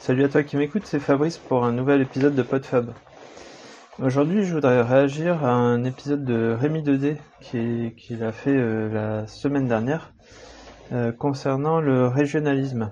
Salut à toi qui m'écoute, c'est Fabrice pour un nouvel épisode de PodFab. Aujourd'hui, je voudrais réagir à un épisode de Rémi 2D qu'il a fait la semaine dernière concernant le régionalisme.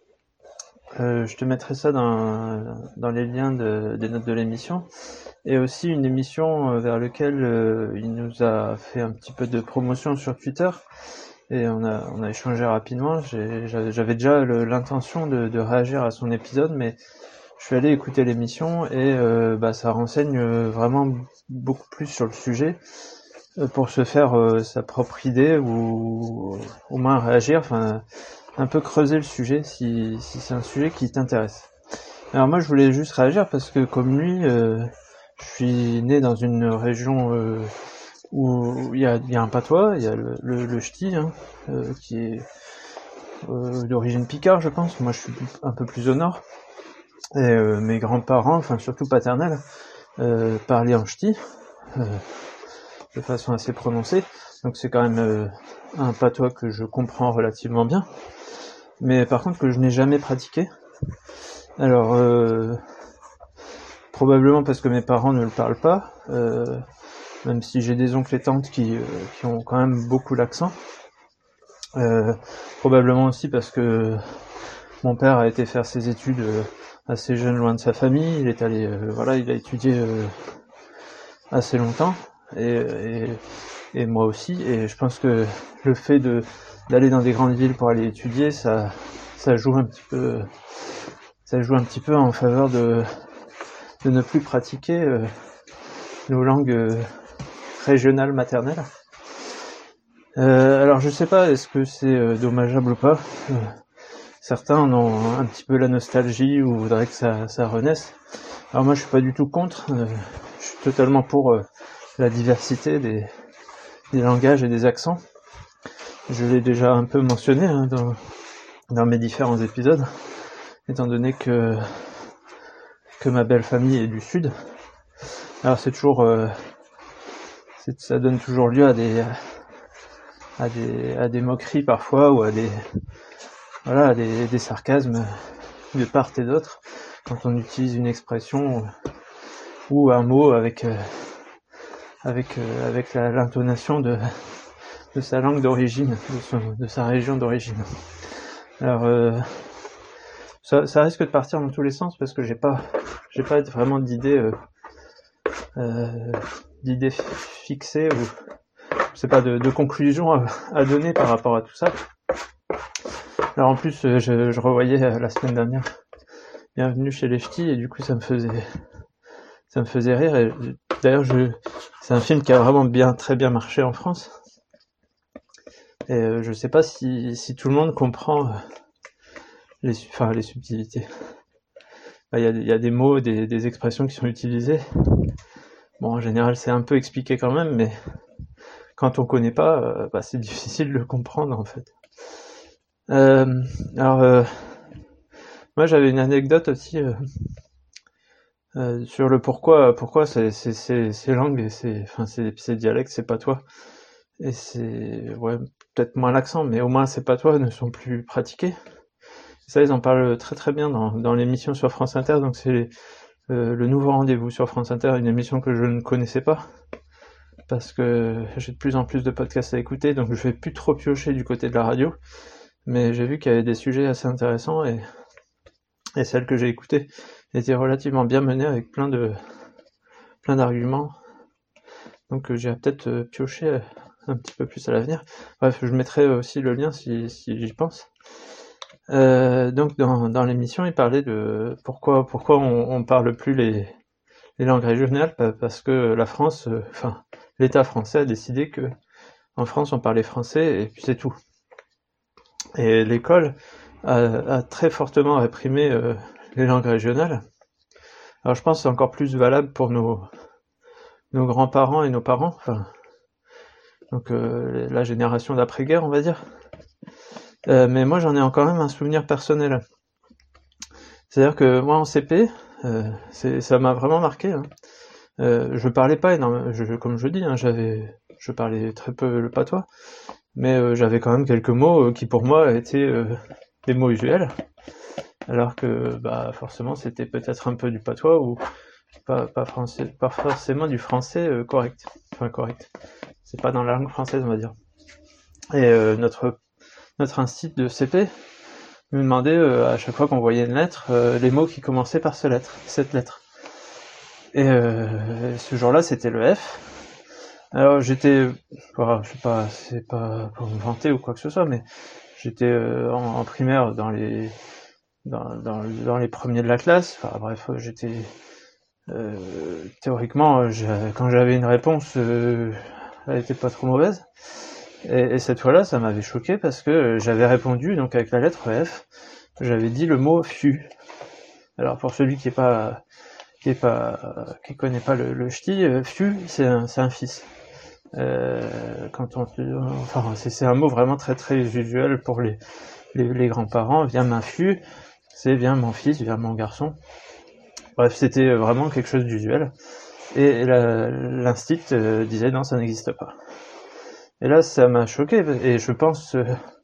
Je te mettrai ça dans les liens des notes de l'émission, et aussi une émission vers laquelle il nous a fait un petit peu de promotion sur Twitter, et on a échangé rapidement. J'avais déjà l'intention de réagir à son épisode, mais je suis allé écouter l'émission et ça renseigne vraiment beaucoup plus sur le sujet pour se faire sa propre idée, ou au moins réagir, enfin un peu creuser le sujet si c'est un sujet qui t'intéresse. Alors moi je voulais juste réagir parce que comme lui, je suis né dans une région où il y a un patois, il y a le ch'ti, qui est d'origine picard, je pense. Moi je suis un peu plus au nord. Et mes grands-parents, enfin surtout paternels, parlaient en ch'ti, de façon assez prononcée. Donc c'est quand même un patois que je comprends relativement bien, mais par contre que je n'ai jamais pratiqué. Alors probablement parce que mes parents ne le parlent pas, même si j'ai des oncles et tantes qui ont quand même beaucoup l'accent. Probablement aussi parce que mon père a été faire ses études assez jeune loin de sa famille. Il est allé, il a étudié assez longtemps, et moi aussi. Et je pense que le fait d'aller dans des grandes villes pour aller étudier, ça joue un petit peu en faveur de ne plus pratiquer nos langues régionales maternelles. Alors je sais pas, est-ce que c'est dommageable ou pas. Certains en ont un petit peu la nostalgie ou voudraient que ça renaisse. Alors moi je suis pas du tout contre, je suis totalement pour la diversité des langages et des accents. Je l'ai déjà un peu mentionné dans mes différents épisodes, étant donné que ma belle famille est du sud. Alors c'est toujours ça donne toujours lieu à des moqueries parfois, ou à des sarcasmes de part et d'autre quand on utilise une expression ou un mot avec l'intonation de sa langue d'origine, de sa région d'origine. Alors ça risque de partir dans tous les sens parce que j'ai pas vraiment d'idée fixée, ou c'est pas de conclusion à donner par rapport à tout ça. Alors en plus je revoyais la semaine dernière Bienvenue chez les ch'tis, et du coup ça me faisait rire. Et d'ailleurs c'est un film qui a vraiment très bien marché en France, et je sais pas si tout le monde comprend les subtilités. Il y a des mots, des expressions qui sont utilisées. Bon, en général c'est un peu expliqué quand même, mais quand on connaît pas, c'est difficile de le comprendre en fait. Moi j'avais une anecdote aussi sur le pourquoi ces langues et ces dialectes, ces patois, et peut-être moins l'accent, mais au moins ces patois ne sont plus pratiqués. Ça, ils en parlent très très bien dans l'émission sur France Inter. Donc c'est le nouveau rendez-vous sur France Inter, une émission que je ne connaissais pas parce que j'ai de plus en plus de podcasts à écouter, donc je vais plus trop piocher du côté de la radio, mais j'ai vu qu'il y avait des sujets assez intéressants, et celle que j'ai écoutée était relativement bien menée avec plein d'arguments, donc j'ai peut-être piocher un petit peu plus à l'avenir. Bref, je mettrai aussi le lien si j'y pense. Donc dans l'émission, il parlait de pourquoi on parle plus les langues régionales, parce que la France, l'État français a décidé que en France on parlait français et puis c'est tout. Et l'école a très fortement réprimé les langues régionales. Alors je pense que c'est encore plus valable pour nos grands-parents et nos parents, donc la génération d'après-guerre, on va dire. Mais moi j'en ai encore même un souvenir personnel. C'est-à-dire que moi en CP, ça m'a vraiment marqué. Je parlais pas énormément, comme je dis, je parlais très peu le patois, mais j'avais quand même quelques mots qui pour moi étaient des mots usuels. alors que forcément c'était peut-être un peu du patois ou pas forcément du français correct. Enfin correct. C'est pas dans la langue française, on va dire. Et notre institut de CP nous demandait à chaque fois qu'on voyait une lettre, les mots qui commençaient par cette lettre. Et ce jour-là, c'était le F. Alors j'étais, je sais pas, c'est pas pour me vanter ou quoi que ce soit, mais j'étais en primaire dans les premiers de la classe. Enfin bref, j'étais théoriquement, quand j'avais une réponse, elle était pas trop mauvaise. Et cette fois-là, ça m'avait choqué parce que j'avais répondu donc avec la lettre F, j'avais dit le mot FU. Alors pour celui qui connaît pas le ch'ti, FU, c'est un fils. C'est un mot vraiment très très usuel pour les grands-parents. Viens ma fille, c'est viens mon fils, viens mon garçon. Bref, c'était vraiment quelque chose d'usuel. Et l'instit disait non, ça n'existe pas. Et là, ça m'a choqué et je pense,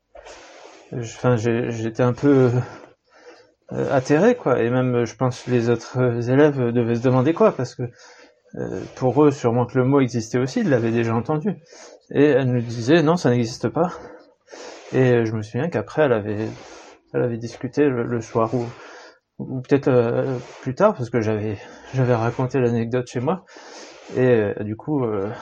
j'étais un peu atterré quoi. Et même, je pense, les autres élèves devaient se demander quoi, parce que pour eux, sûrement que le mot existait aussi, ils l'avaient déjà entendu. Et elle nous disait non, ça n'existe pas. Et je me souviens qu'après, elle avait discuté le soir ou peut-être plus tard, parce que j'avais raconté l'anecdote chez moi. Et du coup,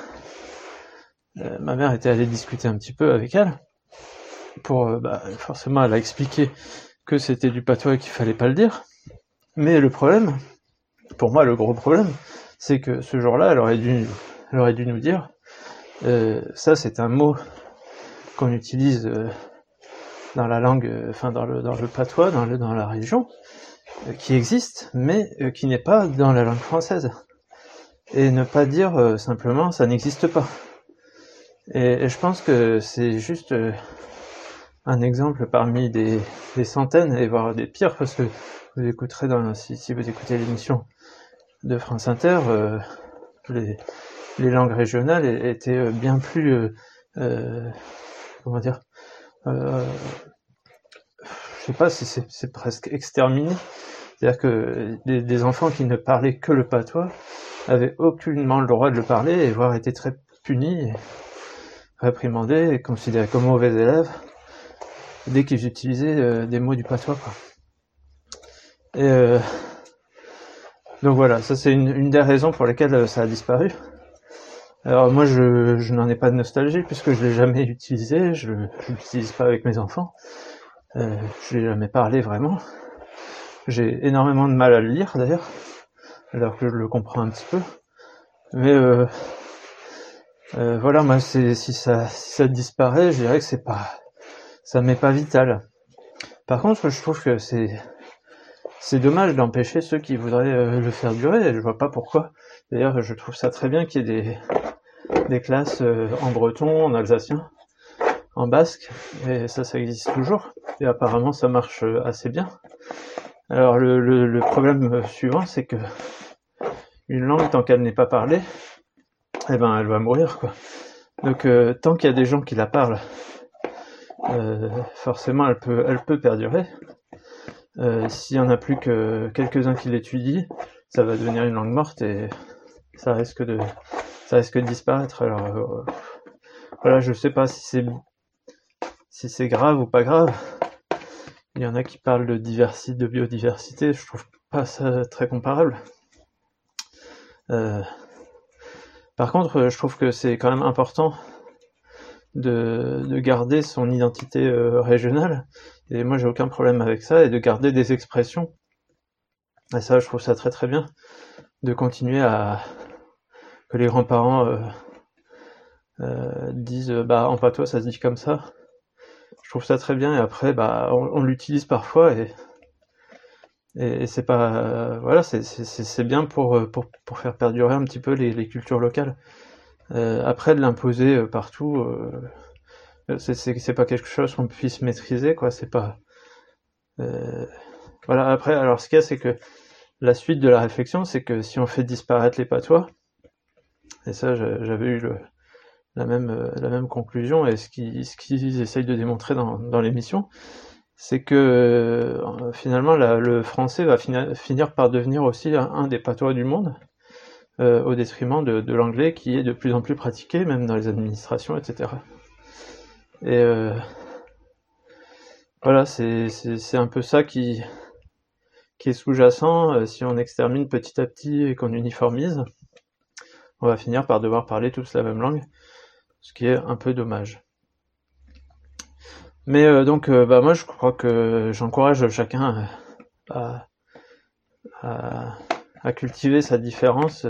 ma mère était allée discuter un petit peu avec elle. Forcément, elle a expliqué que c'était du patois et qu'il fallait pas le dire. Mais le problème, pour moi, le gros problème, c'est que ce jour-là, elle aurait dû nous dire ça, c'est un mot qu'on utilise dans la langue, dans le patois, dans la région, qui existe, mais qui n'est pas dans la langue française. Et ne pas dire simplement ça n'existe pas. Et je pense que c'est juste un exemple parmi des centaines, et voire des pires, parce que vous écouterez si vous écoutez l'émission de France Inter, les langues régionales étaient bien plus comment dire, je sais pas si c'est presque exterminé. C'est-à-dire que des enfants qui ne parlaient que le patois avaient aucunement le droit de le parler, et voire étaient très punis, réprimandés et considérés comme mauvais élèves dès qu'ils utilisaient des mots du patois, quoi. Et donc voilà, ça c'est une des raisons pour lesquelles ça a disparu. Alors moi je n'en ai pas de nostalgie puisque je l'ai jamais utilisé, je l'utilise pas avec mes enfants, je l'ai jamais parlé vraiment. J'ai énormément de mal à le lire d'ailleurs, alors que je le comprends un petit peu. Mais voilà, moi si ça disparaît, je dirais que ça m'est pas vital. Par contre, je trouve que c'est dommage d'empêcher ceux qui voudraient le faire durer, et je vois pas pourquoi. D'ailleurs, je trouve ça très bien qu'il y ait des classes en breton, en alsacien, en basque, et ça existe toujours, et apparemment ça marche assez bien. Alors le problème suivant, c'est que une langue, tant qu'elle n'est pas parlée, elle va mourir, quoi. Donc tant qu'il y a des gens qui la parlent, forcément elle peut perdurer. S'il y en a plus que quelques-uns qui l'étudient, ça va devenir une langue morte et ça risque de disparaître. Alors voilà, je sais pas si c'est grave ou pas grave. Il y en a qui parlent de biodiversité, je trouve pas ça très comparable. Par contre, je trouve que c'est quand même important de garder son identité régionale, et moi j'ai aucun problème avec ça, et de garder des expressions. Et ça, je trouve ça très très bien, de continuer que les grands-parents disent en patois ça se dit comme ça. Je trouve ça très bien, et après on l'utilise parfois, et c'est pas voilà, c'est bien pour faire perdurer un petit peu les cultures locales. Après, de l'imposer partout, c'est pas quelque chose qu'on puisse maîtriser, quoi. C'est pas voilà. Après, alors ce qu'il y a, c'est que la suite de la réflexion, c'est que si on fait disparaître les patois, et ça j'avais eu la même conclusion, et ce qu'ils essayent de démontrer dans l'émission, c'est que finalement le français va finir par devenir aussi un des patois du monde, au détriment de l'anglais qui est de plus en plus pratiqué, même dans les administrations, etc. Et voilà, c'est un peu ça qui est sous-jacent. Si on extermine petit à petit et qu'on uniformise, on va finir par devoir parler tous la même langue, ce qui est un peu dommage. Mais donc moi je crois que j'encourage chacun à cultiver sa différence,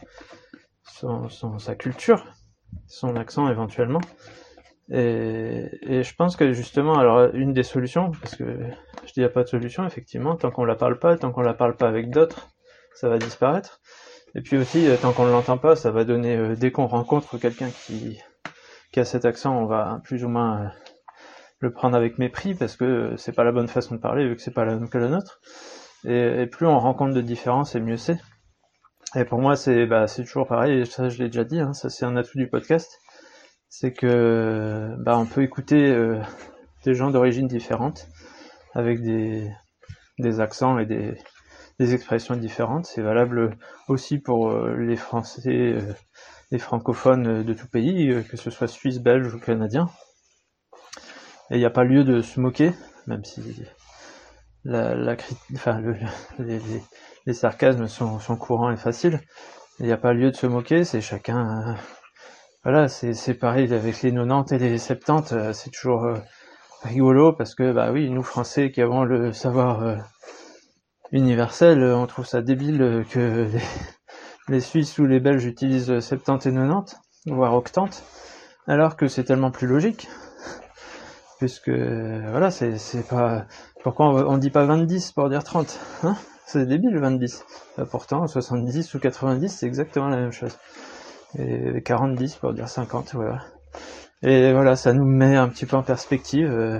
sa culture, son accent éventuellement. Et je pense que justement, alors une des solutions, parce que je dis il n'y a pas de solution, effectivement, tant qu'on la parle pas avec d'autres, ça va disparaître. Et puis aussi, tant qu'on ne l'entend pas, ça va donner, dès qu'on rencontre quelqu'un qui a cet accent, on va plus ou moins le prendre avec mépris, parce que c'est pas la bonne façon de parler, vu que c'est pas la même que la nôtre. Et plus on rencontre de différences, et mieux c'est. Et pour moi, c'est toujours pareil, et ça je l'ai déjà dit, hein, ça c'est un atout du podcast, c'est que on peut écouter des gens d'origine différente, avec des accents et des expressions différentes. C'est valable aussi pour les Français, les francophones de tout pays, que ce soit suisse, belge ou canadien. Et il n'y a pas lieu de se moquer, même si les sarcasmes sont courants et faciles. Il n'y a pas lieu de se moquer, c'est chacun... voilà, c'est pareil avec les 90 et les 70, c'est toujours rigolo, parce que oui, nous Français qui avons le savoir universel, on trouve ça débile que les Suisses ou les Belges utilisent 70 et 90, voire octante, alors que c'est tellement plus logique. Puisque voilà, c'est pas... Pourquoi on dit pas 20-10 pour dire 30, hein? C'est débile, 20-10. Pourtant, 70 ou 90, c'est exactement la même chose. Et 40-10 pour dire 50, voilà. Et voilà, ça nous met un petit peu en perspective.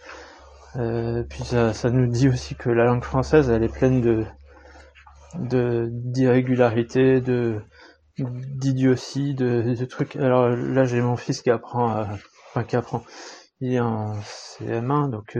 Puis ça nous dit aussi que la langue française, elle est pleine d'irrégularités, d'idioties, de trucs. Alors là, j'ai mon fils qui apprend. Il est en CM1, donc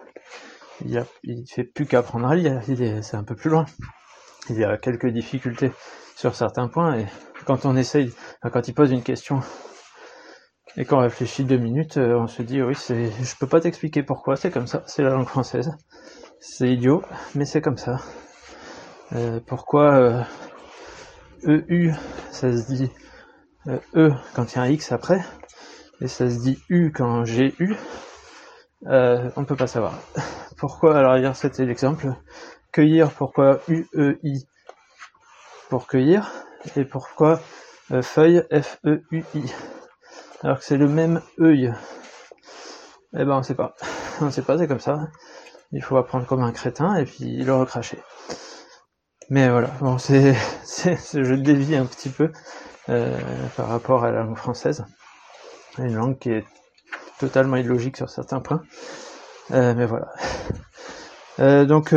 il fait plus qu'apprendre à lire, c'est un peu plus loin. Il y a quelques difficultés sur certains points, et quand il pose une question, et qu'on réfléchit 2 minutes, on se dit, oui, je peux pas t'expliquer pourquoi, c'est comme ça, c'est la langue française. C'est idiot, mais c'est comme ça. Pourquoi EU, ça se dit E quand il y a un X après, et ça se dit U quand j'ai U, on peut pas savoir. Pourquoi, alors hier c'était l'exemple, cueillir, pourquoi U-E-I pour cueillir, et pourquoi feuille F-E-U-I, alors que c'est le même œil. On sait pas, c'est comme ça, il faut apprendre comme un crétin, et puis le recracher. Mais voilà, bon, je dévie un petit peu par rapport à la langue française, une langue qui est totalement illogique sur certains points, mais voilà. Donc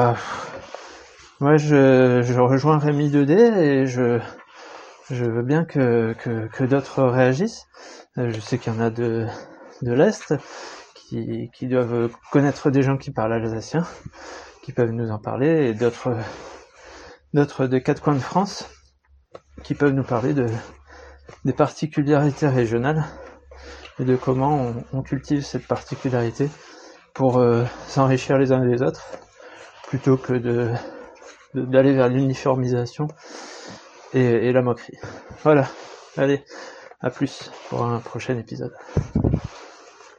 moi je rejoins Rémi 2D, et je veux bien que d'autres réagissent. Je sais qu'il y en a de l'Est qui doivent connaître des gens qui parlent alsacien, qui peuvent nous en parler, et d'autres des 4 coins de France qui peuvent nous parler des particularités régionales, et de comment on cultive cette particularité pour s'enrichir les uns les autres, plutôt que d'aller vers l'uniformisation et la moquerie. Voilà, allez, à plus pour un prochain épisode.